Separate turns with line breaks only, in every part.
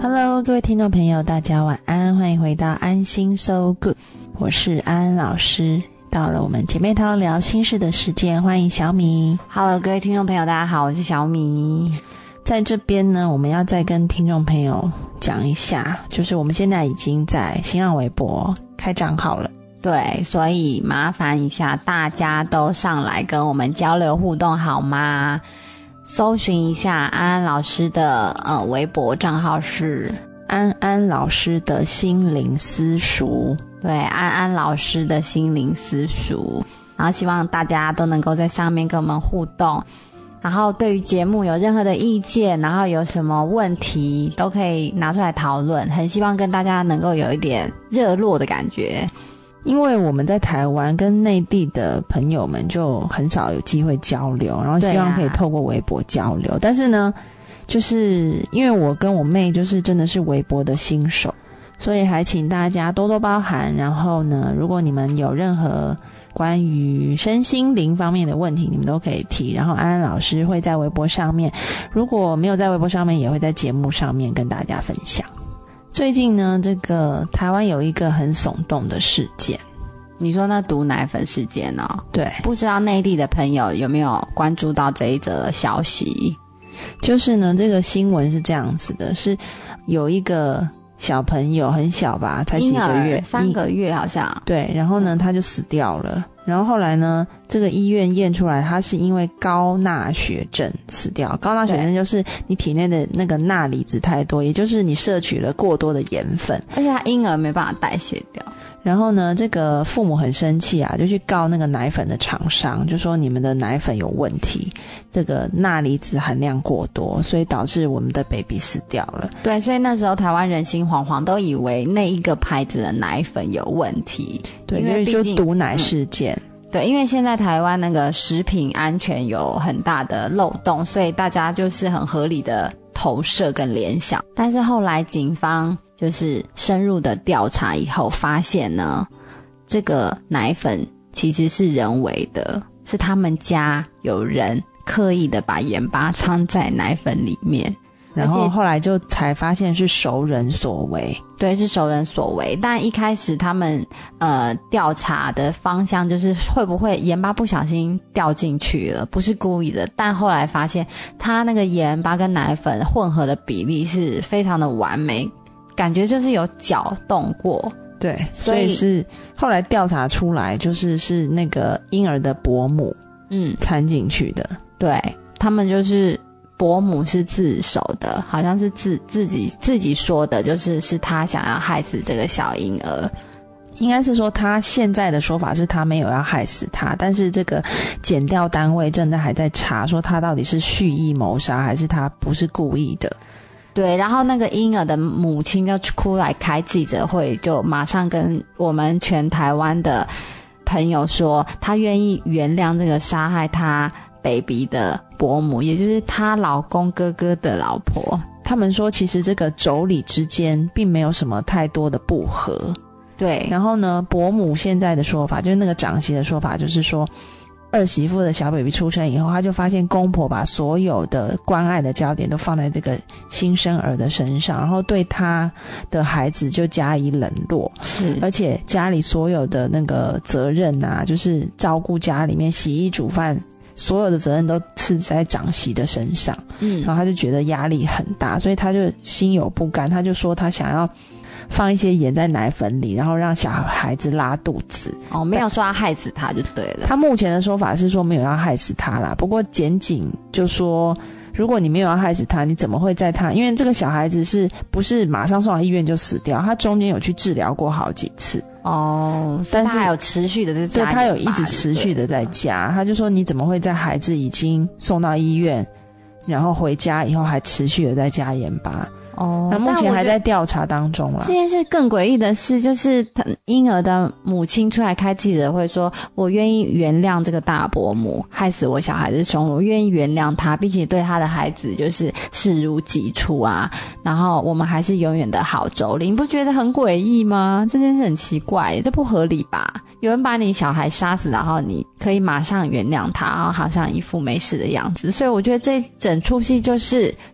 Hello， 各位听众朋友，大家晚安，欢迎回到安心 So Good， 我是安安老师。到了我们姐妹淘聊心事的时间，欢迎小米。
Hello， 各位听众朋友，大家好，我是小米。
在这边呢，我们要再跟听众朋友讲一下，就是我们现在已经在新浪微博开账号了。
对，所以麻烦一下大家都上来跟我们交流互动好吗？搜寻一下安安老师的微博账号是
安安老师的心灵私塾。
对，安安老师的心灵私塾，然后希望大家都能够在上面跟我们互动，然后对于节目有任何的意见，然后有什么问题都可以拿出来讨论，很希望跟大家能够有一点热络的感觉。
因为我们在台湾跟内地的朋友们就很少有机会交流，然后希望可以透过微博交流，但是呢就是因为我跟我妹就是真的是微博的新手，所以还请大家多多包涵。然后呢，如果你们有任何关于身心灵方面的问题，你们都可以提，然后安安老师会在微博上面，如果没有在微博上面也会在节目上面跟大家分享。最近呢，这个台湾有一个很耸动的事件。
你说那毒奶粉事件哦？
对，
不知道内地的朋友有没有关注到这一则消息？
就是呢，这个新闻是这样子的，是有一个小朋友很小吧，才几个月
，3个月好像。
对，然后呢他就死掉了，然后后来呢这个医院验出来他是因为高钠血症死掉。高钠血症就是你体内的那个钠离子太多，也就是你摄取了过多的盐分，
而且他婴儿没办法代谢掉。
然后呢这个父母很生气啊，就去告那个奶粉的厂商，就说你们的奶粉有问题，这个钠离子含量过多，所以导致我们的 baby 死掉了。
对，所以那时候台湾人心惶惶，都以为那一个牌子的奶粉有问题。
对，因为就毒奶事件。
对，因为现在台湾那个食品安全有很大的漏洞，所以大家就是很合理的投射跟联想。但是后来警方就是深入的调查以后发现呢，这个奶粉其实是人为的，是他们家有人刻意的把盐巴藏在奶粉里面，
然后后来就才发现是熟人所为。
对，是熟人所为。但一开始他们调查的方向就是会不会盐巴不小心掉进去了，不是故意的。但后来发现他那个盐巴跟奶粉混合的比例是非常的完美，感觉就是有搅动过。
对，所以是后来调查出来就是那个婴儿的伯母掺进去的。
对，他们就是伯母是自首的，好像是自己说的，是他想要害死这个小婴儿。
应该是说他现在的说法是他没有要害死他，但是这个检调单位正在还在查，说他到底是蓄意谋杀还是他不是故意的。
对，然后那个婴儿的母亲就出来开记者会，就马上跟我们全台湾的朋友说，他愿意原谅这个杀害他 baby 的伯母，也就是她老公哥哥的老婆。
他们说其实这个妯娌之间并没有什么太多的不和。
对，
然后呢伯母现在的说法，就是那个长媳的说法，就是说二媳妇的小 baby 出生以后，他就发现公婆把所有的关爱的焦点都放在这个新生儿的身上，然后对他的孩子就加以冷落。
是，
而且家里所有的那个责任啊，就是照顾家里面洗衣煮饭，所有的责任都是在长媳的身上。然后他就觉得压力很大，所以他就心有不甘，他就说他想要放一些盐在奶粉里，然后让小孩子拉肚子。
没有说要害死他就对了。
他目前的说法是说没有要害死他啦，不过检警就说如果你没有要害死他，你怎么会在他，因为这个小孩子是不是马上送到医院就死掉，他中间有去治疗过好几次。
但是他还有持续的在加，
对，他有一直持续的在加。他就说你怎么会在孩子已经送到医院，然后回家以后还持续的在加盐巴？那目前还在调查当中啦。
这件事更诡异的是，就是婴儿的母亲出来开记者会说，我愿意原谅这个大伯母害死我小孩子凶手，我愿意原谅他，并且对他的孩子就是视如己出啊，然后我们还是永远的好妯娌。你不觉得很诡异吗？这件事很奇怪，这不合理吧？有人把你小孩杀死，然后你可以马上原谅他，然后好像一副没事的样子。所以我觉得这整出戏就是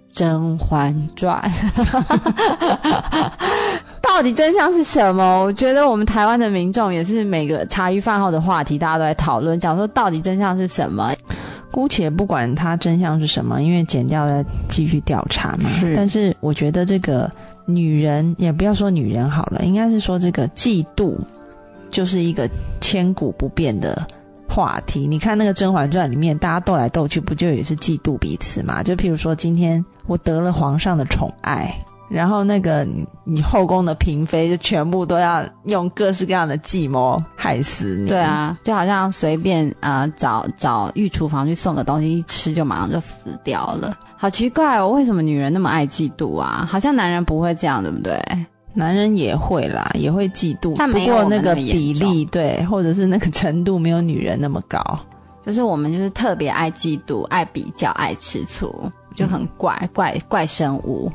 甄嬛传到底真相是什么？我觉得我们台湾的民众也是每个茶余饭后的话题，大家都在讨论，讲说到底真相是什么。
姑且不管它真相是什么，因为检调在继续调查嘛。但是我觉得这个女人，也不要说女人好了，应该是说这个嫉妒就是一个千古不变的话题。你看那个《甄嬛传》里面，大家斗来斗去，不就也是嫉妒彼此嘛？就譬如说，今天我得了皇上的宠爱，然后那个你后宫的嫔妃就全部都要用各式各样的计谋害死你。
对啊，就好像随便找御厨房去送个东西，一吃就马上就死掉了。好奇怪哦，为什么女人那么爱嫉妒啊？好像男人不会这样，对不对？
男人也会啦，也会嫉妒，
但没有
不过那个比例对，或者是那个程度没有女人那么高。
就是我们就是特别爱嫉妒、爱比较、爱吃醋，就很怪生物。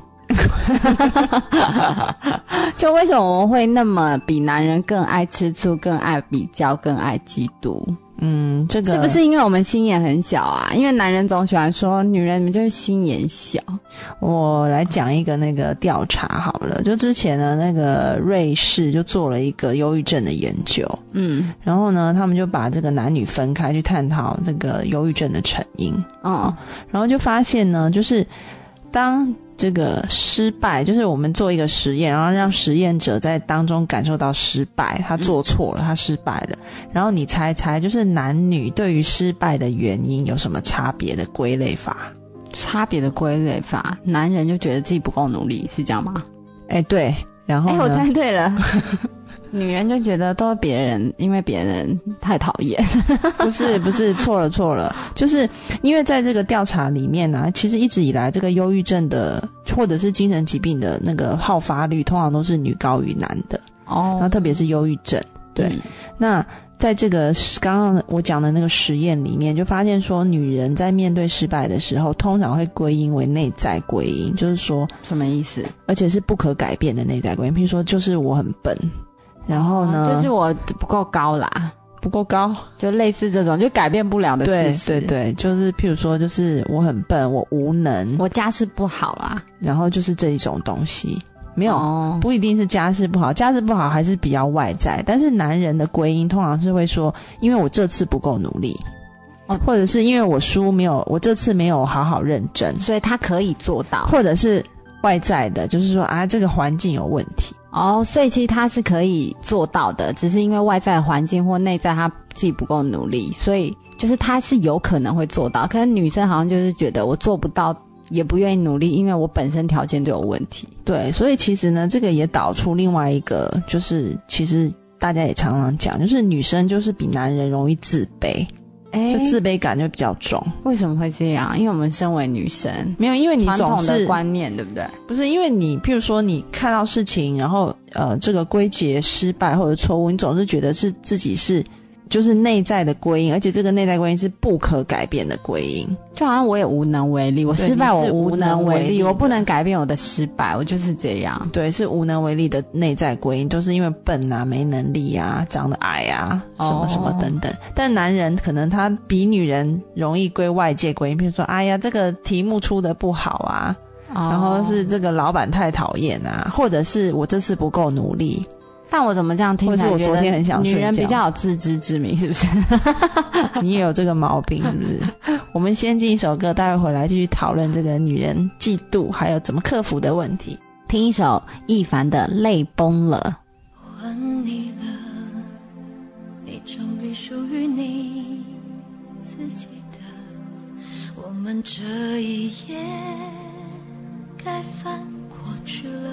就为什么我们会那么比男人更爱吃醋、更爱比较、更爱嫉妒？这个是不是因为我们心眼很小啊？因为男人总喜欢说女人你们就是心眼小。
我来讲一个那个调查好了，就之前呢那个瑞士就做了一个忧郁症的研究，然后呢他们就把这个男女分开去探讨这个忧郁症的成因，然后就发现呢，就是当这个失败，就是我们做一个实验，然后让实验者在当中感受到失败，他做错了，他失败了，然后你猜猜就是男女对于失败的原因有什么差别的归类法？
差别的归类法，男人就觉得自己不够努力，是这样吗？
对，然后呢
我猜对了女人就觉得都是别人，因为别人太讨厌。
不是，错了，就是因为在这个调查里面呢，其实一直以来这个忧郁症的或者是精神疾病的那个好发率通常都是女高于男的然后特别是忧郁症，对，那在这个刚刚我讲的那个实验里面，就发现说女人在面对失败的时候，通常会归因为内在归因，就是说
什么意思？
而且是不可改变的内在归因，譬如说就是我很笨。然后呢
就是我不够高啦，
不够高，
就类似这种就改变不了的事实。
对，就是譬如说就是我很笨，我无能，
我家世不好啦，
然后就是这一种东西。没有不一定是家世不好，家世不好还是比较外在，但是男人的归因通常是会说因为我这次不够努力或者是因为我这次没有好好认真，
所以他可以做到，
或者是外在的，就是说这个环境有问题
所以其实他是可以做到的，只是因为外在环境或内在他自己不够努力，所以就是他是有可能会做到。可是女生好像就是觉得我做不到，也不愿意努力，因为我本身条件就有问题。
对，所以其实呢，这个也导出另外一个，就是其实大家也常常讲，就是女生就是比男人容易自卑。就自卑感就比较重。
为什么会这样？因为我们身为女生，
没有，因为你总是
传统的观念，对不对？
不是，因为你譬如说你看到事情，然后这个归结失败或者错误，你总是觉得是自己是就是内在的归因，而且这个内在归因是不可改变的归因。
就好像我也无能为力，我失败我无能为力，我不能改变我的失败，我就是这样。
对，是无能为力的内在归因，都是因为笨啊、没能力啊、长得矮啊、什么什么等等。但男人可能他比女人容易归外界归因，比如说哎呀这个题目出的不好啊，然后是这个老板太讨厌啊，或者是我这次不够努力。
但我怎么这样听起来觉得
或是我昨天很想睡觉，
女人比较有自知之明，是不是？
你也有这个毛病，是不是？我们先进一首歌，待会回来继续讨论这个女人嫉妒还有怎么克服的问题。
听一首易凡的《泪崩了》。
还你了，你终于属于你自己的，我们这一夜该翻过去了。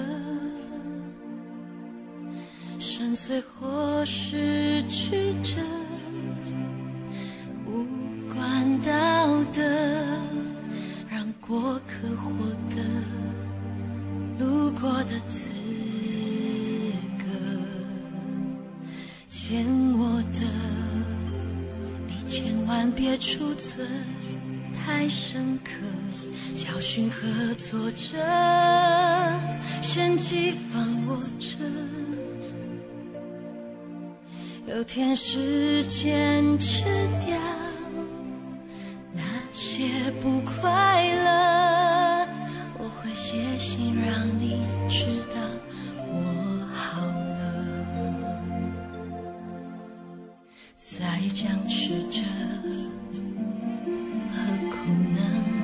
深邃或失去着无关道德，让过客获得路过的资格。欠我的你千万别储存太深刻，教训和挫折先期放我着，有天时间吃掉那些不快乐， 写信让你知道我好了，再僵持着何苦呢？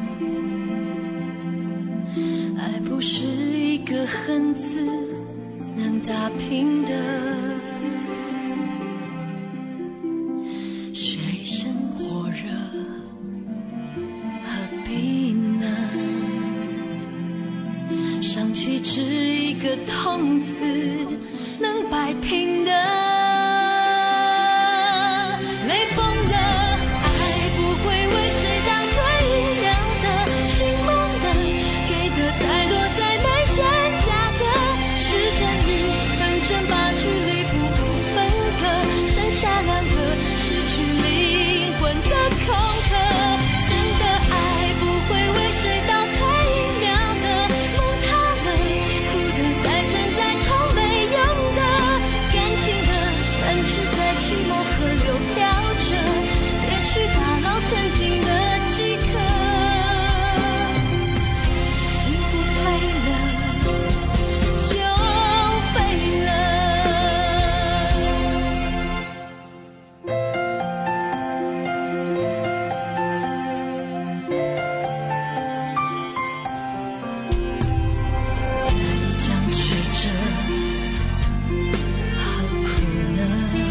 爱不是一个恨字能打平的，水深火热何必呢？伤气只一个痛字能摆平的，泪崩的爱不会为谁打退一秒的，心梦的给的再多再没选假的，时针与分针把距离步步分割，剩下两个失去灵魂的空壳，真的爱不会为谁倒退一秒的，梦塌了哭得再惨再痛没用的，感情的残值在寂寞河流飘着，别去打扰曾经的饥渴，幸福飞了就飞了。再僵持着何苦呢？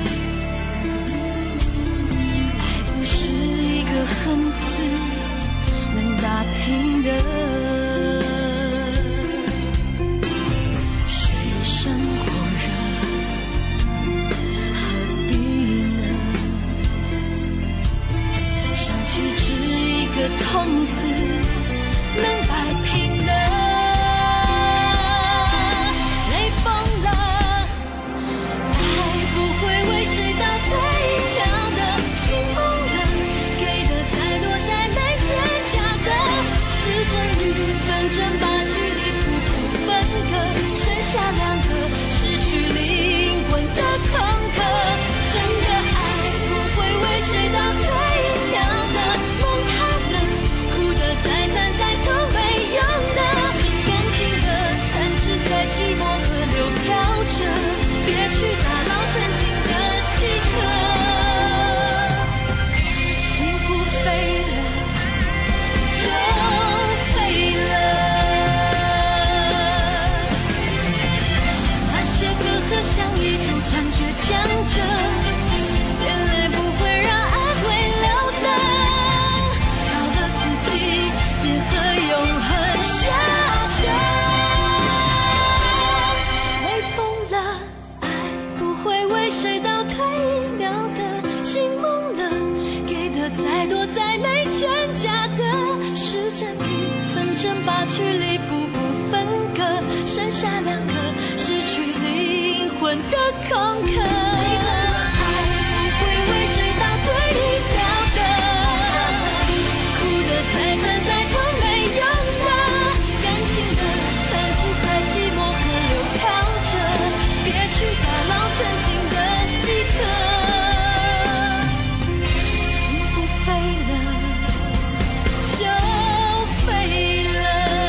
爱不是一个恨字能打平的，水深火热何必呢？伤气只一个痛字能摆平的，泪崩了爱不会为谁倒退一秒的，心梦的给的再多再没选假的，时针与分针把距离步步分割，剩下两个失去灵魂的空壳，真的爱不会为谁倒退一秒的，梦塌了哭得再惨再痛没用的，感情的残值在寂寞河流飘着，别去打扰曾经的饥渴，幸福飞了就飞了，那些隔阂相依都强倔强着，眼泪不会让爱回流的，到了自己也和永恒相交，泪崩了爱不会为谁倒退一秒的，心梦了给的再多再没选假的，时针与分针把距离步步分割，剩下两个失去灵魂的空壳，爱不会为谁倒退一秒的，哭得再惨再痛没用的，感情的残值在寂寞河流飘着，别去打扰曾经的饥渴，幸福飞了就飞了。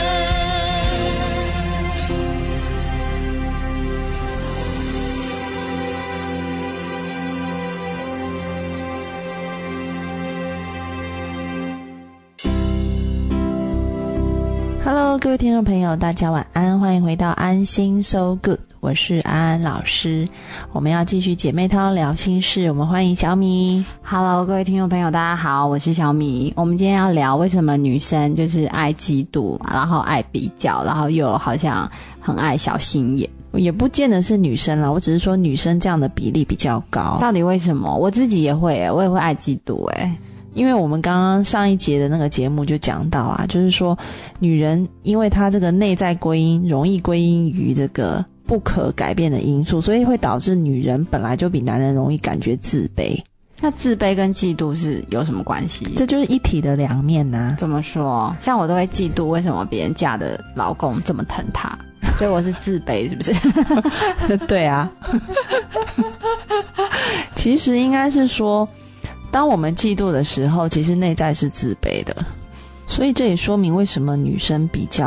Hello， 各位听众朋友，大家晚安，欢迎回到安心 So Good， 我是安安老师。我们要继续姐妹淘聊心事，我们欢迎小米。
Hello， 各位听众朋友，大家好，我是小米。我们今天要聊为什么女生就是爱嫉妒，然后爱比较，然后又好像很爱小心眼。
也不见得是女生啦，我只是说女生这样的比例比较高。
到底为什么？我自己也会我也会爱嫉妒
因为我们刚刚上一节的那个节目就讲到啊，就是说女人因为她这个内在归因容易归因于这个不可改变的因素，所以会导致女人本来就比男人容易感觉自卑。
那自卑跟嫉妒是有什么关系？
这就是一体的两面啊。
怎么说？像我都会嫉妒为什么别人嫁的老公这么疼她，所以我是自卑是不是？
对啊。其实应该是说当我们嫉妒的时候，其实内在是自卑的，所以这也说明为什么女生比较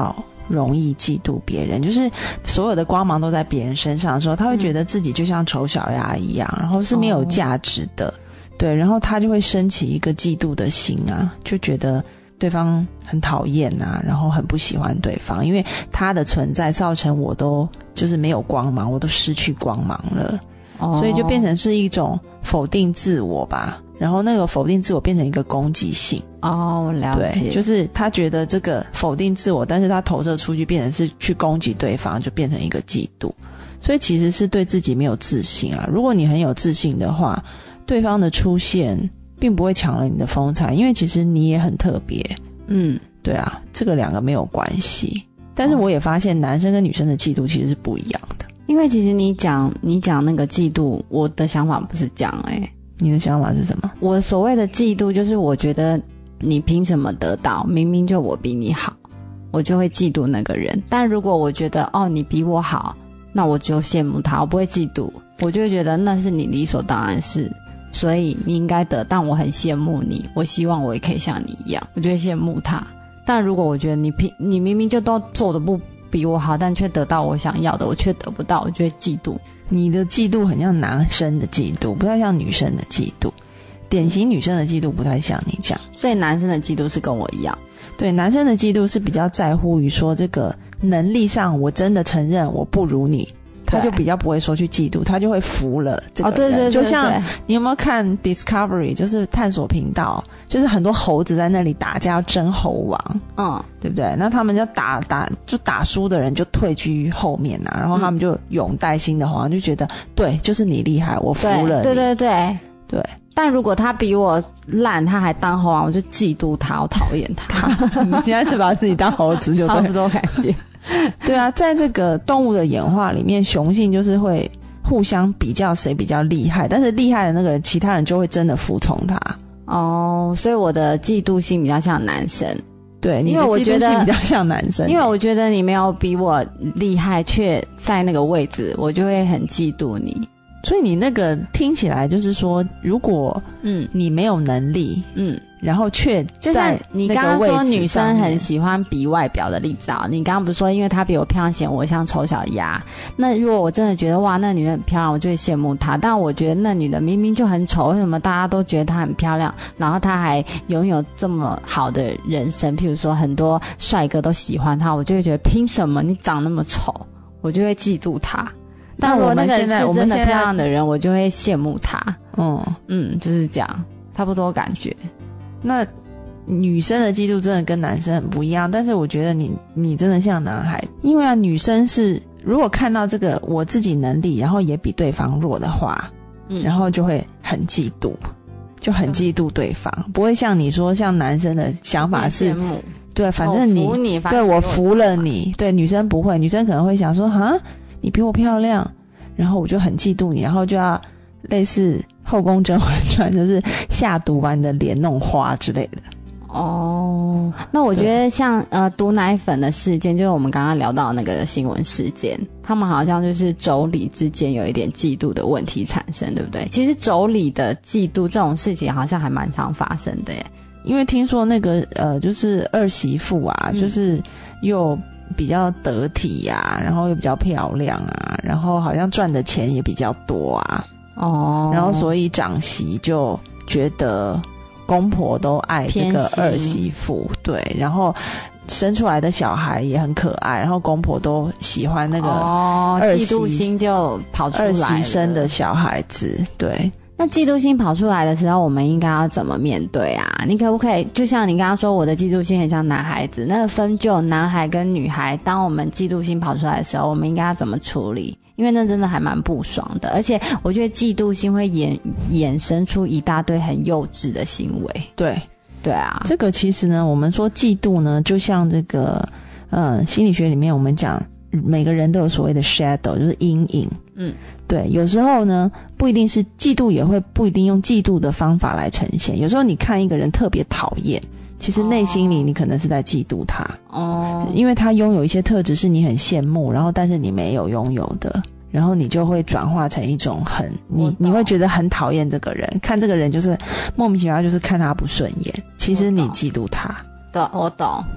容易嫉妒别人，就是所有的光芒都在别人身上的时候，他会觉得自己就像丑小鸭一样，然后是没有价值的。对，然后他就会升起一个嫉妒的心啊，就觉得对方很讨厌啊，然后很不喜欢对方，因为他的存在造成我都就是没有光芒，我都失去光芒了。所以就变成是一种否定自我吧，然后那个否定自我变成一个攻击性。
我了解。
对，就是他觉得这个否定自我，但是他投射出去变成是去攻击对方，就变成一个嫉妒。所以其实是对自己没有自信啊。如果你很有自信的话，对方的出现并不会抢了你的风采，因为其实你也很特别。对啊，这个两个没有关系。但是我也发现男生跟女生的嫉妒其实是不一样的。
因为其实你讲那个嫉妒，我的想法不是这样
你的想法是什么？
我所谓的嫉妒就是我觉得你凭什么得到，明明就我比你好，我就会嫉妒那个人。但如果我觉得你比我好，那我就羡慕他，我不会嫉妒，我就会觉得那是你理所当然是，所以你应该得，但我很羡慕你，我希望我也可以像你一样，我就会羡慕他。但如果我觉得你明明就都做的不比我好，但却得到我想要的，我却得不到，我就会嫉妒。
你的嫉妒很像男生的嫉妒，不太像女生的嫉妒。典型女生的嫉妒不太像你这样，
所以男生的嫉妒是跟我一样。
对，男生的嫉妒是比较在乎于说这个能力上我真的承认我不如你，他就比较不会说去嫉妒，他就会服了这个人。
对，
就像你有没有看 Discovery， 就是探索频道，就是很多猴子在那里打架要争猴王，对不对？那他们就打输的人就退居后面啊，然后他们就拥戴新的猴王，就觉得对，就是你厉害，我服了你。对。
但如果他比我烂，他还当猴王，我就嫉妒他，我讨厌他。
你现在是把自己当猴子就对，
差不多感觉。
对啊，在这个动物的演化里面，雄性就是会互相比较谁比较厉害，但是厉害的那个人，其他人就会真的服从他。
所以我的嫉妒心比较像男生。
对，你的嫉妒心比较像男生，
因为我觉得你没有比我厉害，却在那个位置，我就会很嫉妒你。
所以你那个听起来就是说，如果你没有能力，然后却
就像你刚刚说女生很喜欢比外表的例子啊，你刚刚不是说因为她比我漂亮显我像丑小鸭，那如果我真的觉得哇那女人很漂亮，我就会羡慕她，但我觉得那女的明明就很丑，为什么大家都觉得她很漂亮，然后她还拥有这么好的人生，譬如说很多帅哥都喜欢她，我就会觉得凭什么你长那么丑，我就会嫉妒她。但如果那个人是真的漂亮的人，我就会羡慕他。就是这样，差不多感觉。
那女生的嫉妒真的跟男生很不一样，但是我觉得你真的像男孩，因为女生是如果看到这个我自己能力，然后也比对方弱的话，然后就会很嫉妒，就很嫉妒对方，不会像你说像男生的想法是。对，反正你对我服了你。对，女生不会，女生可能会想说哈。你比我漂亮，然后我就很嫉妒你，然后就要类似《后宫甄嬛传》，就是下毒把你的脸弄花之类的。
那我觉得像毒奶粉的事件，就是我们刚刚聊到那个新闻事件，他们好像就是妯娌之间有一点嫉妒的问题产生，对不对？其实妯娌的嫉妒这种事情好像还蛮常发生的耶。
因为听说那个就是儿媳妇啊，就是又比较得体啊，然后又比较漂亮啊，然后好像赚的钱也比较多啊。然后所以长媳就觉得公婆都爱这个儿媳妇，对，然后生出来的小孩也很可爱，然后公婆都喜欢那个儿媳，
嫉妒心就跑出来了，
儿媳生的小孩子，对。
那嫉妒心跑出来的时候，我们应该要怎么面对啊？你可不可以就像你刚刚说我的嫉妒心很像男孩子，那个分就男孩跟女孩，当我们嫉妒心跑出来的时候，我们应该要怎么处理？因为那真的还蛮不爽的，而且我觉得嫉妒心会衍生出一大堆很幼稚的行为。对啊，
这个其实呢，我们说嫉妒呢，就像这个心理学里面我们讲每个人都有所谓的 shadow， 就是阴影。对，有时候呢不一定是嫉妒，也会不一定用嫉妒的方法来呈现。有时候你看一个人特别讨厌，其实内心里你可能是在嫉妒他。因为他拥有一些特质是你很羡慕，然后但是你没有拥有的，然后你就会转化成一种你会觉得很讨厌这个人，看这个人就是莫名其妙就是看他不顺眼，其实你嫉妒他。
对，我懂。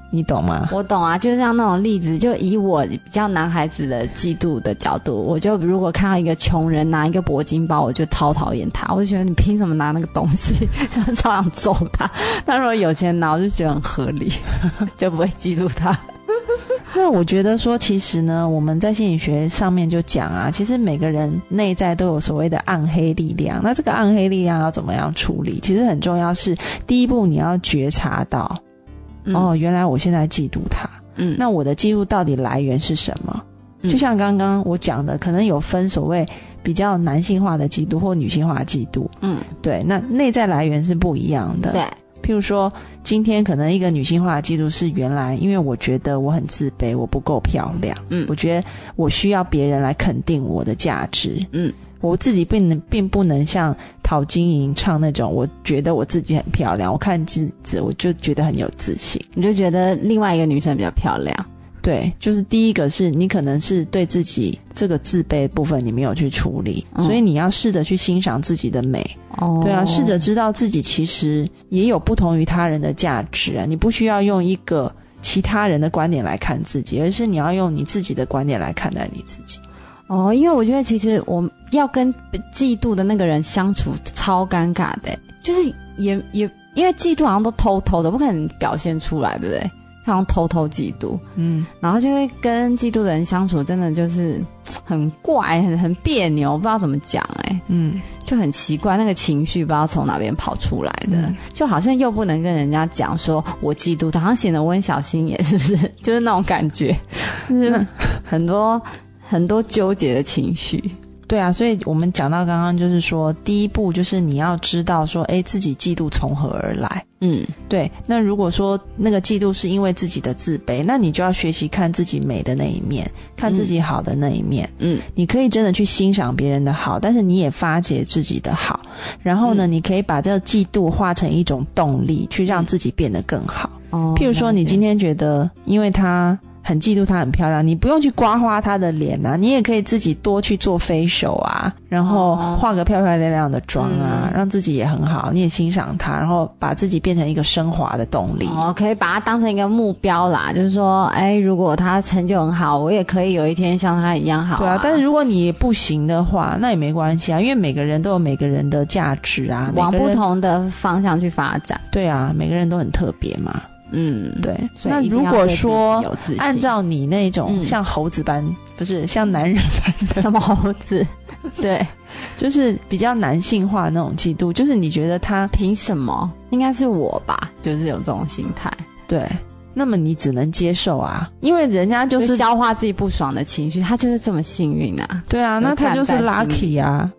你懂吗？
我懂啊，就像那种例子，就以我比较男孩子的嫉妒的角度，我就如果看到一个穷人拿一个铂金包，我就超讨厌他，我就觉得你凭什么拿那个东西，就超想揍他。但如果有钱拿，我就觉得很合理，就不会嫉妒他。
那我觉得说，其实呢，我们在心理学上面就讲啊，其实每个人内在都有所谓的暗黑力量。那这个暗黑力量要怎么样处理？其实很重要是，第一步你要觉察到，哦，原来我现在嫉妒他。那我的嫉妒到底来源是什么？就像刚刚我讲的，可能有分所谓比较男性化的嫉妒或女性化的嫉妒。对，那内在来源是不一样的。
对。
譬如说今天可能一个女性化的嫉妒是原来因为我觉得我很自卑，我不够漂亮，我觉得我需要别人来肯定我的价值，我自己并不能像陶晶莹唱那种我觉得我自己很漂亮，我看镜子我就觉得很有自信，
你就觉得另外一个女生比较漂亮。
对，就是第一个是你可能是对自己这个自卑的部分你没有去处理，所以你要试着去欣赏自己的美。对啊，试着知道自己其实也有不同于他人的价值啊，你不需要用一个其他人的观点来看自己，而是你要用你自己的观点来看待你自己。
因为我觉得其实我要跟嫉妒的那个人相处超尴尬的，就是也因为嫉妒好像都偷偷的，不可能表现出来，对不对？好像偷偷嫉妒，然后就会跟嫉妒的人相处，真的就是很怪，很别扭，不知道怎么讲，就很奇怪，那个情绪不知道从哪边跑出来的，就好像又不能跟人家讲说我嫉妒他，好像显得我很小心眼，是不是？就是那种感觉，就是很多纠结的情绪。
对啊，所以我们讲到刚刚就是说，第一步就是你要知道说，自己嫉妒从何而来。对。那如果说那个嫉妒是因为自己的自卑，那你就要学习看自己美的那一面，看自己好的那一面。你可以真的去欣赏别人的好，但是你也发掘自己的好。然后呢，你可以把这个嫉妒化成一种动力，去让自己变得更好。譬如说，你今天觉得因为他很嫉妒她很漂亮，你不用去刮花她的脸啊，你也可以自己多去做facial啊，然后画个漂漂亮亮的妆啊，让自己也很好，你也欣赏她，然后把自己变成一个升华的动力。
可以把它当成一个目标啦，就是说如果她成就很好，我也可以有一天像她一样好。
对啊，但是如果你不行的话，那也没关系啊，因为每个人都有每个人的价值啊，
往不同的方向去发展。
对啊，每个人都很特别嘛。对。
所以
那如果说按照你那种像猴子般，不是像男人般的
什么猴子，对，
就是比较男性化那种嫉妒，就是你觉得他
凭什么？应该是我吧，就是有这种心态。
对，那么你只能接受啊，因为人家就是
消化自己不爽的情绪，他就是这么幸运啊。
对啊，那他就是 lucky 啊。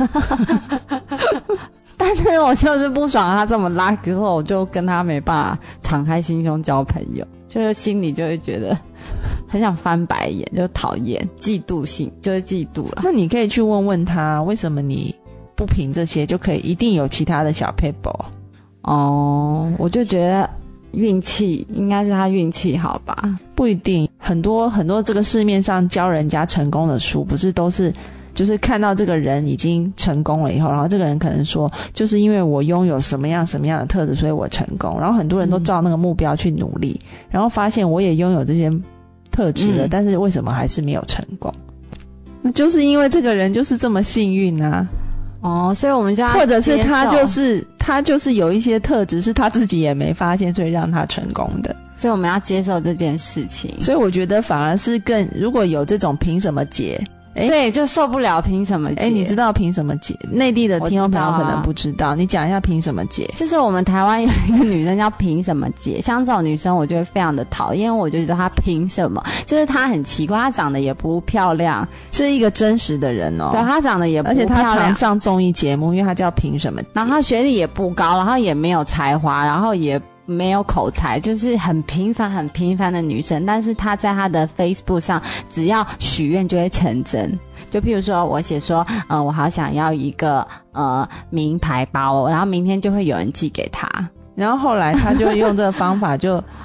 但是我就是不爽他这么拉，之后我就跟他没办法敞开心胸交朋友，就是心里就会觉得很想翻白眼，就讨厌，嫉妒心就是嫉妒了。
那你可以去问问他，为什么你不凭这些就可以，一定有其他的小 paper。
我就觉得运气应该是他运气好吧？
不一定，很多这个市面上教人家成功的书，不是都是就是看到这个人已经成功了以后，然后这个人可能说就是因为我拥有什么样的特质，所以我成功，然后很多人都照那个目标去努力，然后发现我也拥有这些特质了，但是为什么还是没有成功？那就是因为这个人就是这么幸运啊。
所以我们就要
或者是他就是有一些特质是他自己也没发现，所以让他成功的，
所以我们要接受这件事情。
所以我觉得反而是如果有这种凭什么节，
对，就受不了凭什么节。
你知道凭什么节？内地的听众朋友可能不知道，你讲一下凭什么节。
就是我们台湾有一个女生叫凭什么节，像这种女生我就会非常的讨厌，我就觉得她凭什么，就是她很奇怪，她长得也不漂亮，
是一个真实的人哦。
对，她长得也不漂亮，
而且她常上综艺节目，因为她叫凭什么节，
然后她学历也不高，然后也没有才华，然后也没有口才，就是很平凡的女生，但是她在她的 Facebook 上只要许愿就会成真。就譬如说我写说我好想要一个名牌包，然后明天就会有人寄给她，
然后后来她就用这个方法就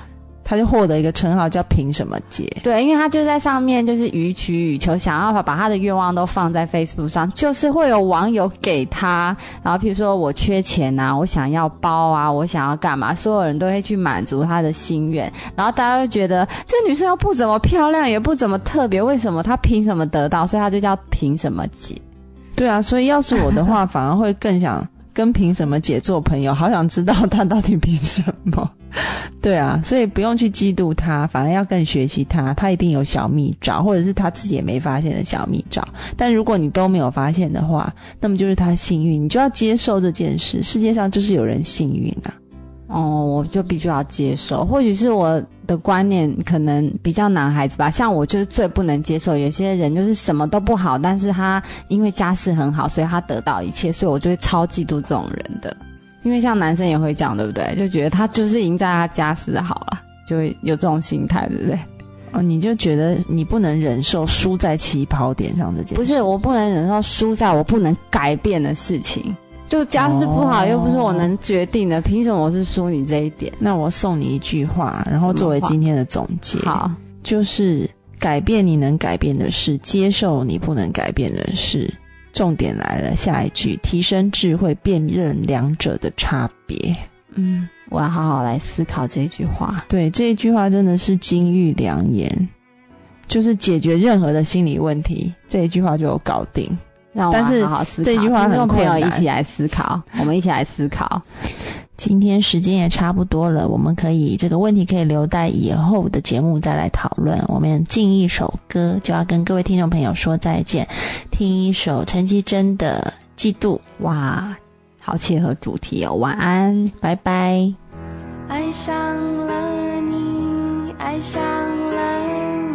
他就获得一个称号叫凭什么姐。
对，因为他就在上面就是予取予求，想要把他的愿望都放在 Facebook 上，就是会有网友给他，然后譬如说我缺钱啊，我想要包啊，我想要干嘛，所有人都会去满足他的心愿，然后大家会觉得这个女生又不怎么漂亮，也不怎么特别，为什么她凭什么得到？所以她就叫凭什么姐。
对啊，所以要是我的话反而会更想跟凭什么姐做朋友，好想知道她到底凭什么。对啊，所以不用去嫉妒她，反而要更学习她，她一定有小秘招，或者是她自己也没发现的小秘招。但如果你都没有发现的话，那么就是她幸运，你就要接受这件事，世界上就是有人幸运啊。
我就必须要接受，或许是我的观念可能比较男孩子吧，像我就是最不能接受有些人就是什么都不好，但是他因为家世很好，所以他得到一切，所以我就会超嫉妒这种人的。因为像男生也会这样，对不对？就觉得他就是赢在他家世好了，就会有这种心态，对不对？
你就觉得你不能忍受输在起跑点上这件事。
不是，我不能忍受输在我不能改变的事情。就家世不好，又不是我能决定的，凭什么我是输你这一点？
那我送你一句话，然后作为今天的总结。
好，
就是改变你能改变的事，接受你不能改变的事。重点来了，下一句，提升智慧，辨认两者的差别。
我要好好来思考这句话。
对，这一句话真的是金玉良言，就是解决任何的心理问题，这一句话就有搞定。
让我好好思考，
这句话很困难，
听众朋友一起来思考，我们一起来思考。
今天时间也差不多了，我们可以这个问题可以留待以后的节目再来讨论。我们进一首歌，就要跟各位听众朋友说再见，听一首陈绮贞的《嫉妒》。
哇，好切合主题哦！晚安，
拜拜。
爱上了你，爱上了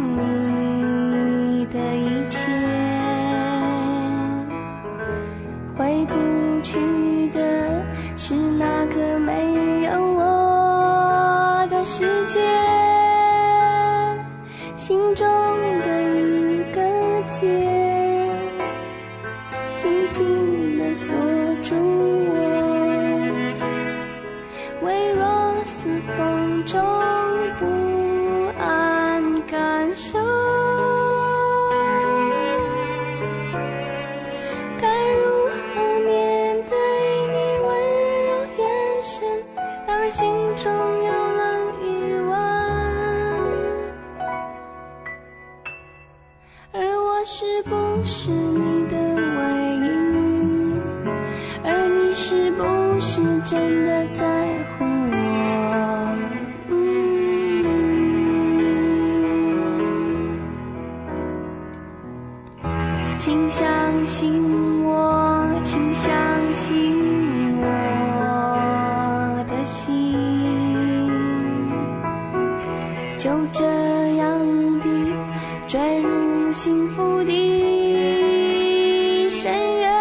你的一切，回不去的是那个没有我的世界，心中的一个结，紧紧地锁住我，微弱似风中不安感受。心中有了疑问，而我是不是你的唯一？而你是不是真的在乎我？请相信我，请相信我的心，就这样地坠入幸福的深渊，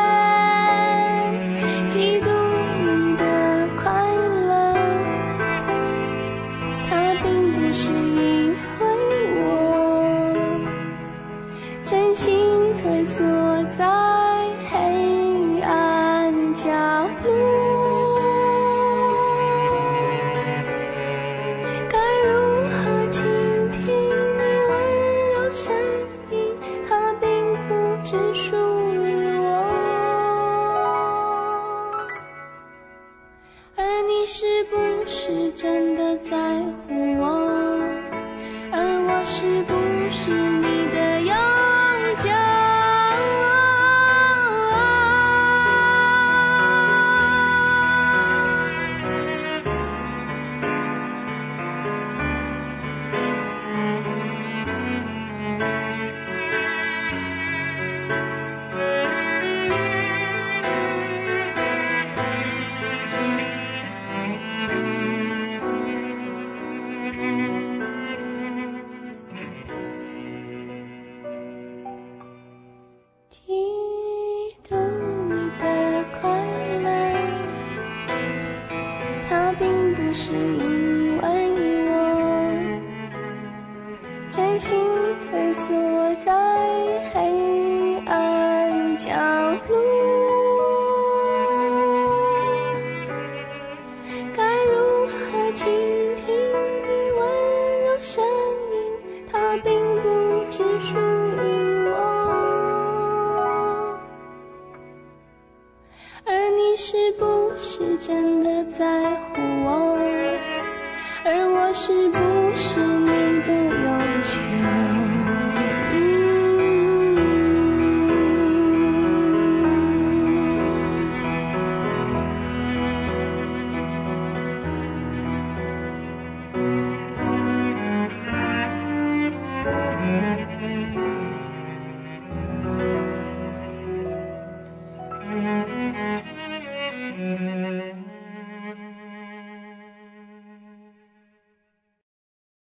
嫉妒你的快乐，它并不是因为我真心退缩在黑暗角落。只属于我，而你是不是真的在乎我？而我是不是你的永久？并不是因为我真心退缩在黑暗角落，该如何倾听你温只是